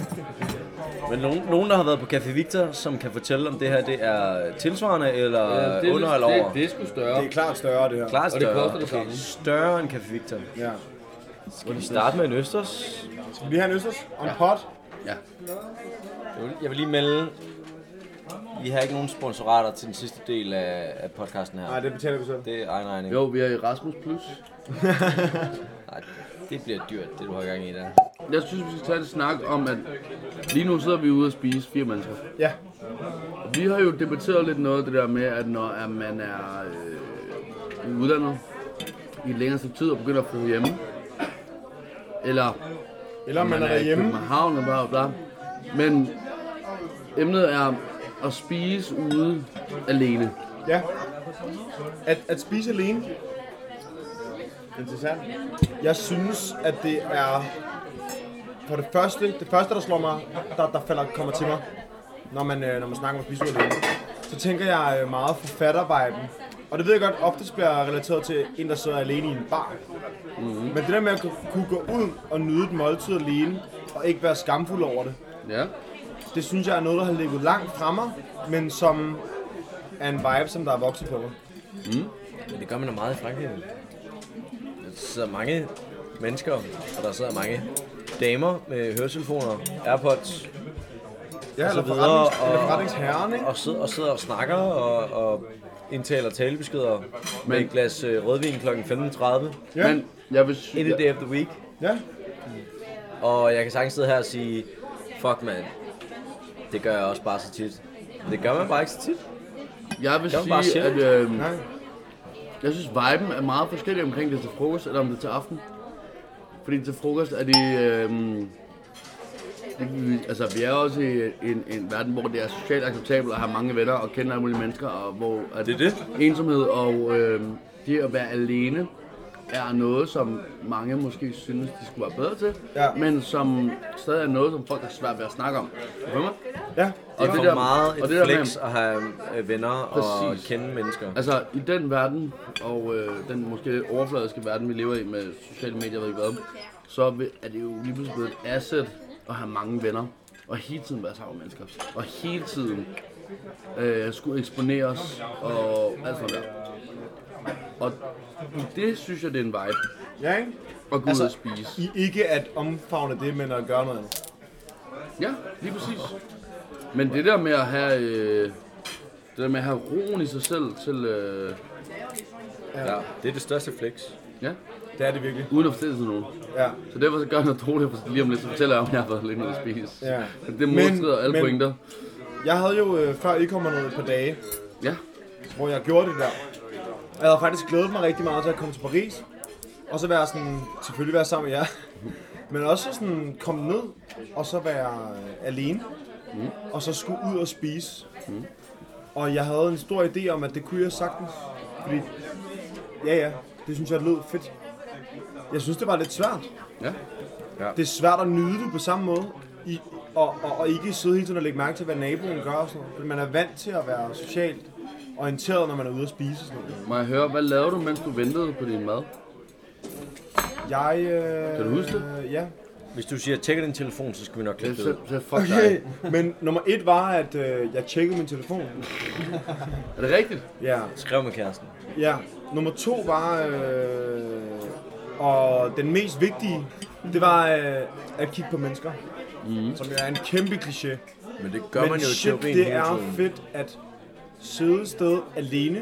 Speaker 4: Men nogen, nogen, der har været på Café Victor, som kan fortælle, om det her det er tilsvarende, eller
Speaker 3: Ja, det, er
Speaker 4: under
Speaker 3: lidt-
Speaker 4: eller over?
Speaker 3: det, det er sgu større.
Speaker 2: Det er klart større det her.
Speaker 4: Klart
Speaker 3: Og det
Speaker 4: større.
Speaker 3: koster det samme.
Speaker 4: Større end Café Victor.
Speaker 2: Ja.
Speaker 4: Skal vi starte med en østers?
Speaker 2: Skal vi lige have en østers? Og en pot?
Speaker 3: Ja.
Speaker 4: Jeg vil, jeg vil lige melde, vi har ikke nogen sponsorater til den sidste del af, af podcasten her.
Speaker 2: Nej, det betaler vi selv.
Speaker 4: Det er egen regning.
Speaker 3: Jo, vi er i Rasmus Plus.
Speaker 4: Nej, det bliver dyrt, det du har gang i der.
Speaker 3: Jeg synes, vi skal tage en snak om, at lige nu sidder vi ude og spise fire mennesker.
Speaker 2: Ja.
Speaker 3: Vi har jo debatteret lidt noget af det der med, at når at man er øh, i udlandet i et længere stykke tid og begynder at flyve hjemme, eller
Speaker 2: Eller om man er
Speaker 3: i
Speaker 2: derhjemme.
Speaker 3: København og bla bla bla. Men emnet er at spise ude alene.
Speaker 2: Ja. At, at spise alene.
Speaker 5: Interessant.
Speaker 2: Jeg synes, at det er for det første, det første der slår mig, der, der falder, kommer til mig, når man, øh, når man snakker om at spise alene, så tænker jeg øh, meget forfatterviben. Og det ved jeg godt, oftest bliver relateret til en, der sidder alene i en bar. Mm-hmm. Men det der med at kunne gå ud og nyde et måltid alene, og ikke være skamfuld over det,
Speaker 3: Ja.
Speaker 2: det synes jeg er noget, der har ligget langt fra mig, men som er en vibe, som der er vokset på mig.
Speaker 4: Men det gør man da meget i Frankrig. Der sidder mange mennesker, og der sidder mange damer med høretelefoner, AirPods,
Speaker 2: Ja,
Speaker 4: og så
Speaker 2: eller,
Speaker 4: videre,
Speaker 2: forretnings,
Speaker 4: og-
Speaker 2: eller forretningsherren, ikke?
Speaker 4: og sidder og, sidder og snakker og, og indtaler talebeskeder med
Speaker 3: Men-
Speaker 4: et glas øh, rødvin klokken femten tredive.
Speaker 2: Ja.
Speaker 3: Men jeg vil sy-
Speaker 4: Any day of the week.
Speaker 2: Ja.
Speaker 4: Og jeg kan sagtens sidde her og sige, fuck man, det gør jeg også bare så tit. Det gør man bare ikke så tit.
Speaker 3: jeg vil
Speaker 4: Gør man bare
Speaker 3: sige, at
Speaker 4: sjældent.
Speaker 3: øh,
Speaker 2: Nej.
Speaker 3: jeg synes, viben er meget forskellig omkring det til frokost, eller om det er til aften. Fordi til frokost er det... Øh, det altså, vi er også i en, en verden, hvor det er socialt acceptabelt at have mange venner og kende alle mulige mennesker, og hvor at
Speaker 4: Det er det.
Speaker 3: ensomhed og øh, det at være alene er noget, som mange måske synes, de skulle være bedre til,
Speaker 2: Ja.
Speaker 3: men som stadig er noget, som folk har svært ved at snakke om. Forstår du mig?
Speaker 2: Ja.
Speaker 4: Det
Speaker 3: Og
Speaker 4: er
Speaker 3: det
Speaker 4: for
Speaker 3: der-
Speaker 4: meget
Speaker 3: og
Speaker 4: et
Speaker 3: det der med-
Speaker 4: flex at have øh, venner og
Speaker 3: Præcis.
Speaker 4: kende mennesker.
Speaker 3: Altså, i den verden, og øh, den måske lidt overfladiske verden, vi lever i med sociale medier, jeg ved ikke hvad, så vil- er det jo lige pludselig blevet et asset at have mange venner, og hele tiden være sammen med mennesker, og hele tiden øh, skulle eksponeres, og alt sådan der. Og det synes jeg, det er en vibe,
Speaker 2: Ja, ikke?
Speaker 3: at gå
Speaker 2: Altså,
Speaker 3: ud og spise.
Speaker 2: I ikke at omfavne det, men at gøre noget andet.
Speaker 3: Ja, lige præcis. Men det der med at have, øh, det der med at have roen i sig selv til, øh,
Speaker 4: Ja, det er det største flex.
Speaker 3: ja,
Speaker 2: Det er det virkelig.
Speaker 3: uden at fortælle til nogen.
Speaker 2: Ja.
Speaker 3: Så derfor så gør jeg noget dårligt, for lige om lidt, så fortæller jeg, om jeg har været lidt ude at spise.
Speaker 2: Ja.
Speaker 3: Men det
Speaker 2: Men-
Speaker 3: modstrider alle
Speaker 2: men-
Speaker 3: pointer.
Speaker 2: Jeg havde jo, øh, før I kommer noget på dage,
Speaker 3: Ja,
Speaker 2: hvor jeg gjorde det der. Jeg havde faktisk glædet mig rigtig meget til at komme til Paris. Og så være sådan, selvfølgelig være sammen med jer. Men også sådan komme ned, og så være øh, alene. Mm. Og så skulle ud og spise. Mm. Og jeg havde en stor idé om, at det kunne jeg sagtens. Fordi, ja ja, det synes jeg lød fedt. Jeg synes, det var lidt svært.
Speaker 3: ja.
Speaker 2: Det er svært at nyde det på samme måde. I, og, og, og ikke sidde hele tiden og lægge mærke til, hvad naboen gør og sådan noget. Fordi man er vant til at være socialt orienteret, når man er ude at spise og sådan noget.
Speaker 3: Må jeg høre, hvad lavede du, mens du ventede på din mad?
Speaker 2: Jeg, øh,
Speaker 3: Kan du huske det?
Speaker 2: Øh, ja.
Speaker 4: Hvis du siger, tjekker din telefon, så skal vi nok
Speaker 3: Så,
Speaker 4: klippe
Speaker 3: så,
Speaker 4: det.
Speaker 3: så fuck
Speaker 2: Okay,
Speaker 3: dig.
Speaker 2: men nummer et var, at øh, jeg tjekkede min telefon.
Speaker 3: Er det rigtigt?
Speaker 2: Ja.
Speaker 4: Skriv med kæresten.
Speaker 2: Ja. Nummer to var, øh, og den mest vigtige, det var øh, at kigge på mennesker. Mm. Som jo er en kæmpe kliché.
Speaker 4: Men det gør
Speaker 2: Men
Speaker 4: man jo i
Speaker 2: shit,
Speaker 4: teorien
Speaker 2: det
Speaker 4: hele
Speaker 2: er
Speaker 4: tiden.
Speaker 2: fedt at sidde et sted alene.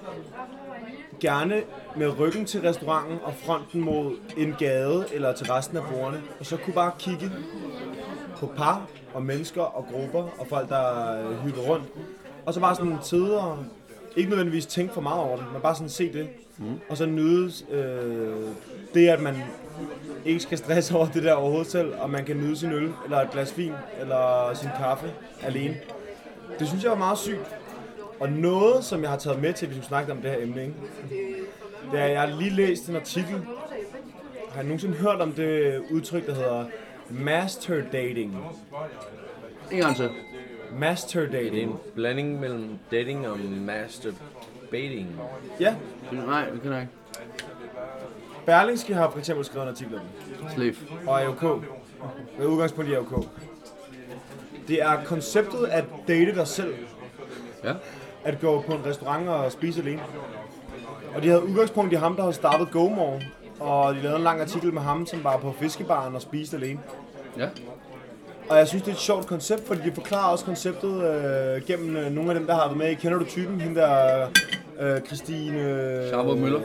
Speaker 2: Gerne med ryggen til restauranten og fronten mod en gade eller til resten af bordene. Og så kunne bare kigge på par og mennesker og grupper og folk, der øh, hygger rundt. Og så bare sådan sidde og ikke nødvendigvis tænke for meget over det, men bare sådan se det. Mm. Og så nyde øh, det, at man ikke skal stresse over det der overhovedet selv, og man kan nyde sin øl, eller et glas vin, eller sin kaffe alene. Det synes jeg var meget sygt. Og noget, som jeg har taget med til, hvis vi snakker om det her emne, ikke? Det er, jeg har lige læst en artikel. Har jeg nogensinde hørt om det udtryk, der hedder master dating?
Speaker 3: En gang til.
Speaker 2: Master dating.
Speaker 4: Det er en blanding mellem dating og masturbating.
Speaker 2: Ja.
Speaker 3: Nej, det kan jeg ikke.
Speaker 2: Berlingske har for eksempel skrevet en artikel om det.
Speaker 3: Slave.
Speaker 2: Og A O K. Med udgangspunkt i A O K. Det er konceptet at date dig selv.
Speaker 3: Ja.
Speaker 2: At gå på en restaurant og spise alene. Og de havde udgangspunkt i ham, der havde startet GoMore. Og de lavede en lang artikel med ham, som var på fiskebaren og spiste alene.
Speaker 3: Ja.
Speaker 2: Og jeg synes, det er et sjovt koncept, fordi de forklarer også konceptet øh, gennem øh, nogle af dem, der har været med i Kender du typen? Hende der, øh, Christine...
Speaker 3: Scharburg Møller.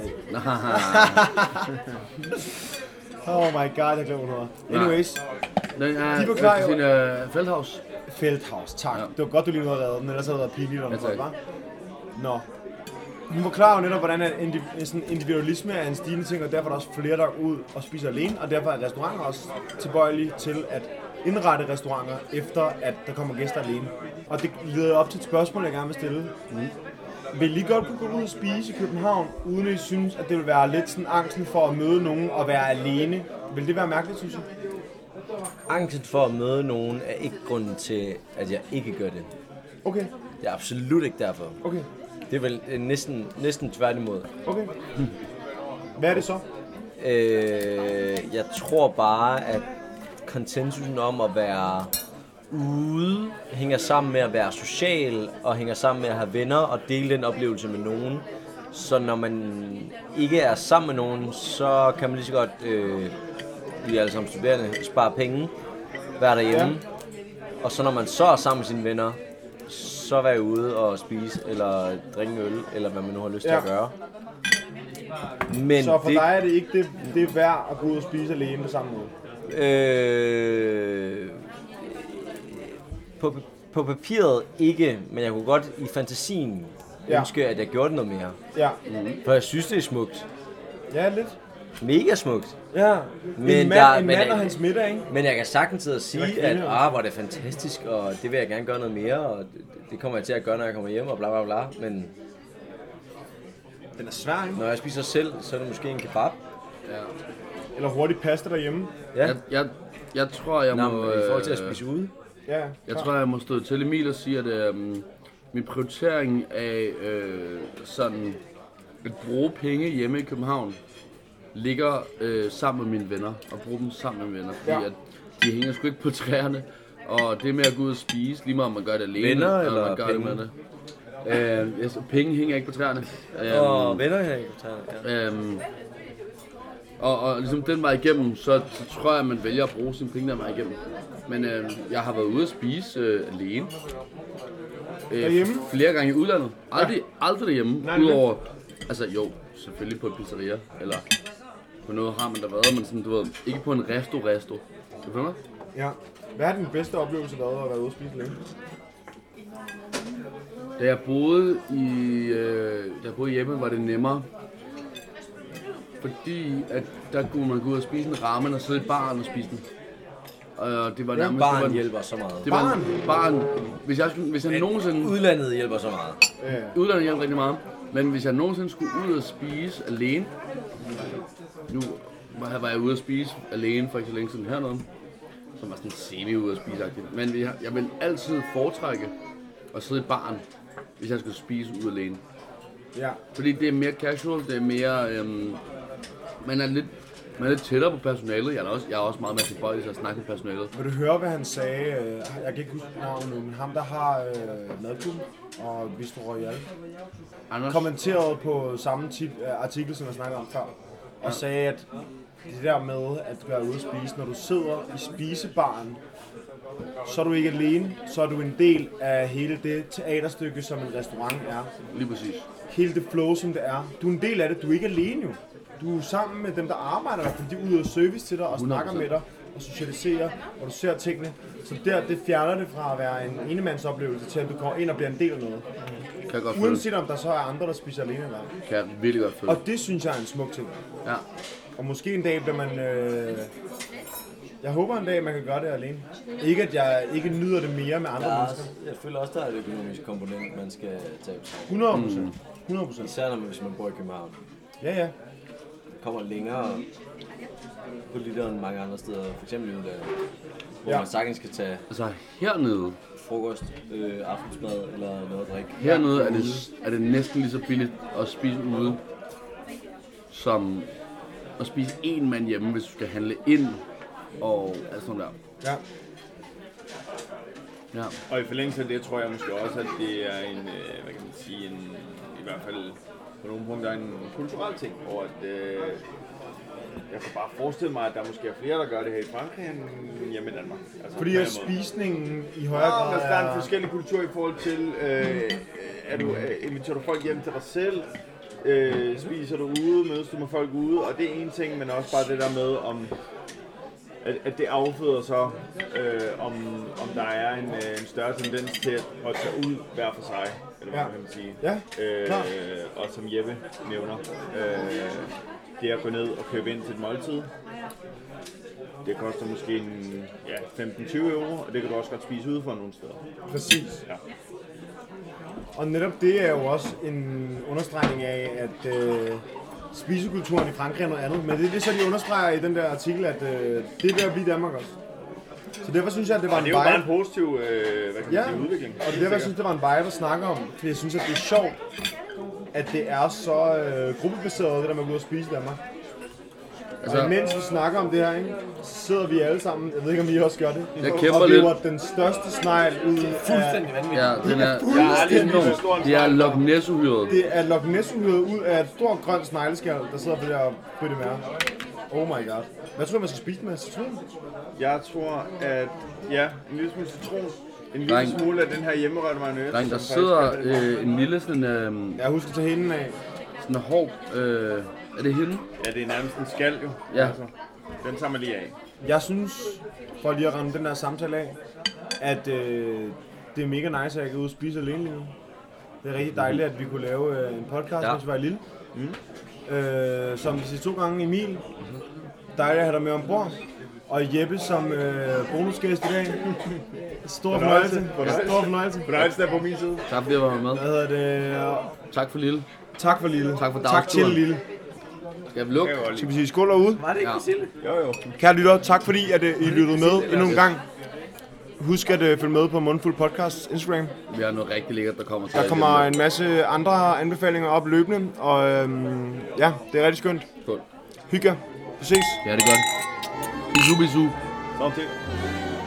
Speaker 2: Oh my god, jeg glemmer noget. Anyways.
Speaker 3: Den er
Speaker 2: de forklarer jo...
Speaker 3: Christine Feldhaus.
Speaker 2: Feldhaus, tak.
Speaker 3: Ja.
Speaker 2: Det var godt, du lige nåede at redde den, ellers havde det været pinligt, eller
Speaker 3: Ja,
Speaker 2: noget, hva'? Nå. Hun forklarer jo netop, hvordan en individualisme er en stigende ting, og derfor er der også flere, der går ud og spiser alene, og derfor er restauranter også tilbøjelige til at indrette restauranter, efter at der kommer gæster alene. Og det leder op til et spørgsmål, jeg gerne vil stille. Mm. Vil I godt kunne gå ud og spise i København, uden at I synes, at det vil være lidt sådan angsten for at møde nogen og være alene? Vil det være mærkeligt, synes jeg?
Speaker 4: Angsten for at møde nogen er ikke grunden til, at jeg ikke gør det.
Speaker 2: Okay.
Speaker 4: Det er absolut ikke derfor.
Speaker 2: Okay.
Speaker 4: Det er vel næsten, næsten tværtimod.
Speaker 2: Okay. Hvad er det så?
Speaker 4: Øh, jeg tror bare, at konsensusen om at være ude hænger sammen med at være social og hænger sammen med at have venner og dele den oplevelse med nogen. Så når man ikke er sammen med nogen, så kan man lige så godt, øh, vi er alle sammen studerende, spare penge, være derhjemme. Ja. Og så når man så er sammen med sine venner, så være ude og spise eller drikke øl, eller hvad man nu har lyst til ja. at gøre. Men
Speaker 2: så for
Speaker 4: det,
Speaker 2: dig er det ikke det, det er værd at gå ud og spise alene på samme måde?
Speaker 4: Øh, på, på papiret ikke, men jeg kunne godt i fantasien ja. ønske, at jeg gjorde noget mere.
Speaker 2: Ja.
Speaker 4: Mm. For jeg synes, det er smukt.
Speaker 2: Ja, lidt.
Speaker 4: Mega smukt.
Speaker 2: Ja,
Speaker 4: men
Speaker 2: en mand,
Speaker 4: der,
Speaker 2: en
Speaker 4: men,
Speaker 2: mand og hans middag, ikke?
Speaker 4: Men jeg kan sagtens sidde og sige, at ah, hvor er det fantastisk, og det vil jeg gerne gøre noget mere, og det, det kommer jeg til at gøre, når jeg kommer hjem, og bla bla bla, men...
Speaker 2: Den er svær, ikke?
Speaker 4: Når jeg spiser selv, så er det måske en kebab.
Speaker 3: Ja.
Speaker 2: Eller hurtigt pasta derhjemme.
Speaker 4: Ja.
Speaker 3: Jeg, jeg, jeg tror, jeg
Speaker 4: Nå,
Speaker 3: må...
Speaker 4: i forhold til at spise ude.
Speaker 2: Ja,
Speaker 3: jeg tror, jeg må stå til Emil og sige, at øh, min prioritering af øh, sådan at bruge penge hjemme i København ligger øh, sammen med mine venner, og bruge dem sammen med mine venner, fordi ja. at de hænger sgu ikke på træerne, og det med at gå ud og spise, lige meget om man gør det alene,
Speaker 4: venner eller
Speaker 3: man gør
Speaker 4: penge?
Speaker 3: det med det. Øh, yes, penge hænger ikke på træerne.
Speaker 4: Åh, oh, venner hænger ikke på træerne, ja.
Speaker 3: Øhm, og, og ligesom den var igennem, så, så tror jeg, at man vælger at bruge sine penge, der var igennem. Men øh, jeg har været ude at spise øh, alene. Øh, flere gange i udlandet. Aldrig, ja. aldrig derhjemme, nej, udover... Altså jo, selvfølgelig på en pizzeria, eller på noget har man der været, men sådan, du ved, ikke på en resto-resto. Du finder?
Speaker 2: Ja. Hvad er den bedste oplevelse, der har været ude at spise alene?
Speaker 3: Da jeg boede i, øh, da jeg boede hjemme, var det nemmere. Fordi at der kunne man gå ud og spise en ramen og sidde i baren og spise den. Og det var nærmest...
Speaker 4: Ja, baren
Speaker 3: det var,
Speaker 4: hjælper så meget.
Speaker 3: Det var baren? Hvis jeg, hvis jeg nogensinde...
Speaker 4: Udlandet hjælper så meget.
Speaker 3: Ja. Udlandet hjælper rigtig meget. Men hvis jeg nogensinde skulle ud og spise alene... Nu var jeg ude at spise alene for ikke så længe siden hernede. Som var sådan semi-ude at spise-agtigt. Men jeg, jeg vil altid foretrække at sidde i baren, hvis jeg skulle spise ude alene.
Speaker 2: Ja.
Speaker 3: Fordi det er mere casual, det er mere... Øhm, man er lidt... Man er lidt tættere på personalet. Jeg er også, jeg er også meget mere tilbøjelig til at snakke med personalet.
Speaker 2: Vil du høre, hvad han sagde? Jeg kan ikke huske navnet nu, men ham, der har øh, Madklubben og Bistro Royal, Anders kommenterede på samme tip, artikel, som jeg snakkede om før, og ja. sagde, at det der med at være ude at spise, når du sidder i spisebaren, så er du ikke alene, så er du en del af hele det teaterstykke, som en restaurant er.
Speaker 3: Lige præcis.
Speaker 2: Hele det flow, som det er. Du er en del af det, du er ikke alene jo. Du er sammen med dem, der arbejder der, fordi de yder service til dig og snakker hundrede procent med dig og socialiserer, og du ser tingene. Så der, det fjerner det fra at være en enemandsoplevelse til, at du går ind og bliver en del af noget.
Speaker 3: Kan jeg godt
Speaker 2: uanset om der så er andre, der spiser alene eller ej.
Speaker 3: Kan jeg virkelig godt føle.
Speaker 2: Og det synes jeg er en smuk ting.
Speaker 3: Ja.
Speaker 2: Og måske en dag bliver man øh, Jeg håber en dag, at man kan gøre det alene. Ikke at jeg ikke nyder det mere med andre
Speaker 4: jeg,
Speaker 2: mennesker.
Speaker 4: jeg føler også, der er et økonomisk komponent, man skal tage på sig.
Speaker 2: hundrede procent. hundrede procent.
Speaker 4: Især når man, hvis man bor i København.
Speaker 2: Ja, ja.
Speaker 4: Kommer længere på literen mange andre steder. For eksempel i udlandet. Hvor
Speaker 2: Ja.
Speaker 4: man sagtens skal tage
Speaker 3: Altså hernede,
Speaker 4: frokost, øh, aftensmad eller noget at drikke.
Speaker 3: hernede er det, er det næsten lige så billigt at spise ude, som at spise en mand hjemme, hvis du skal handle ind og alt sådan der.
Speaker 2: Ja.
Speaker 3: Ja.
Speaker 5: Og i forlængelse af det, tror jeg måske også, at det er en, øh, hvad kan man sige, en, i hvert fald på nogle punkter en kulturel ting, hvor at, øh, jeg kan bare forestille mig, at der måske er flere, der gør det her i Frankrig end hjemme i Danmark. Altså,
Speaker 2: Fordi at spisningen i højere
Speaker 5: ja,
Speaker 2: grad
Speaker 5: altså, der er
Speaker 2: er...
Speaker 5: en forskellig kultur i forhold til, øh, er du, øh, inviterer du folk hjem til dig selv, øh, spiser du ude, mødes du med folk ude, og det er en ting, men også bare det der med, om at, at det afføder så, øh, om, om der er en, øh, en større tendens til at, at tage ud hver for sig, eller hvad
Speaker 2: Ja.
Speaker 5: man kan sige.
Speaker 2: Ja,
Speaker 5: øh,
Speaker 2: klart.
Speaker 5: og som Jeppe nævner, øh, det at gå ned og købe ind til et måltid, det koster måske en, ja, femten til tyve euro, og det kan du også godt spise ude for nogle steder.
Speaker 2: Præcis.
Speaker 5: Ja.
Speaker 2: Og netop det er jo også en understregning af, at øh, spisekulturen i Frankrig er noget andet. Men det er det, så de understreger i den der artikel, at øh, det er ved at blive Danmark også. Så derfor synes jeg, at det var
Speaker 5: Og
Speaker 2: en
Speaker 5: det er jo bare en
Speaker 2: vibe.
Speaker 5: positiv øh, hvad kan man
Speaker 2: Ja,
Speaker 5: sige, udvikling.
Speaker 2: og det er derfor, jeg synes, det var en vibe at snakke om. Fordi jeg synes, at det er sjovt, at det er så øh, gruppebaseret, det der med at gå ud og spise i Danmark. Altså, og mens vi snakker om det her, ikke, så sidder vi alle sammen, jeg ved ikke om I også gør det,
Speaker 3: Jeg kæmper
Speaker 2: og
Speaker 3: lidt.
Speaker 2: lever den største snegl ud af...
Speaker 4: Fuldstændig vanvittigt.
Speaker 3: Ja, den er, ja, enormt. Det er Loch Ness-uhyret.
Speaker 2: Det er Loch Ness-uhyret ud af et stort grønt snegleskal, der sidder på det her bøtte mærke. Oh my god. Hvad tror du, man skal spise med? Citron?
Speaker 5: Jeg tror, at ja, en lille smule citron, en lille
Speaker 3: Dreng.
Speaker 5: smule af den her hjemmerørte mayonnaise.
Speaker 3: Dreng, der
Speaker 5: som
Speaker 3: sidder
Speaker 5: faktisk er den-
Speaker 3: øh, en lille sådan, øh,
Speaker 2: Jeg husker at tage hende af.
Speaker 3: sådan hård, øh, er det hende?
Speaker 5: Ja, det er nærmest en skal jo.
Speaker 3: Ja.
Speaker 5: Altså, den tager man lige af.
Speaker 2: Jeg synes, for lige at ramme den der samtale af, at øh, det er mega nice, at jeg kan ud og spise alene lige nu. Det er rigtig dejligt, at vi kunne lave øh, en podcast,
Speaker 4: Ja.
Speaker 2: mens vi var lille. Mm. Øh, som de sidste to gange, Emil. Dejligt at have dig med ombord. Og Jeppe som øh, bonusgæst i dag. Stor fornøjelse.
Speaker 5: Fornøjelse.
Speaker 2: Stor fornøjelse.
Speaker 5: Fornøjelse der på min side.
Speaker 3: Tak fordi jeg var med.
Speaker 2: Hvad hedder det?
Speaker 3: Tak for lille.
Speaker 2: Tak for Lille.
Speaker 3: Tak for
Speaker 2: Tak til
Speaker 3: dagsturen.
Speaker 2: Lille.
Speaker 3: Skal vi lukke?
Speaker 2: Skal vi sige skål derude?
Speaker 4: Var det ikke
Speaker 3: Ja.
Speaker 4: Basile?
Speaker 5: Jo jo.
Speaker 2: Kære lytter, tak fordi at, øh, I lyttede med endnu en gang. Husk at øh, følge med på Mundfuld Podcast Instagram.
Speaker 3: Vi har noget rigtig lækkert, der kommer til.
Speaker 2: Der kommer en masse andre anbefalinger op løbende, og øhm, ja, det er rigtig skønt.
Speaker 3: Skål.
Speaker 2: Hygge jer. Vi ses.
Speaker 3: Ja, det er godt. Bisu, bisu.
Speaker 5: Så til.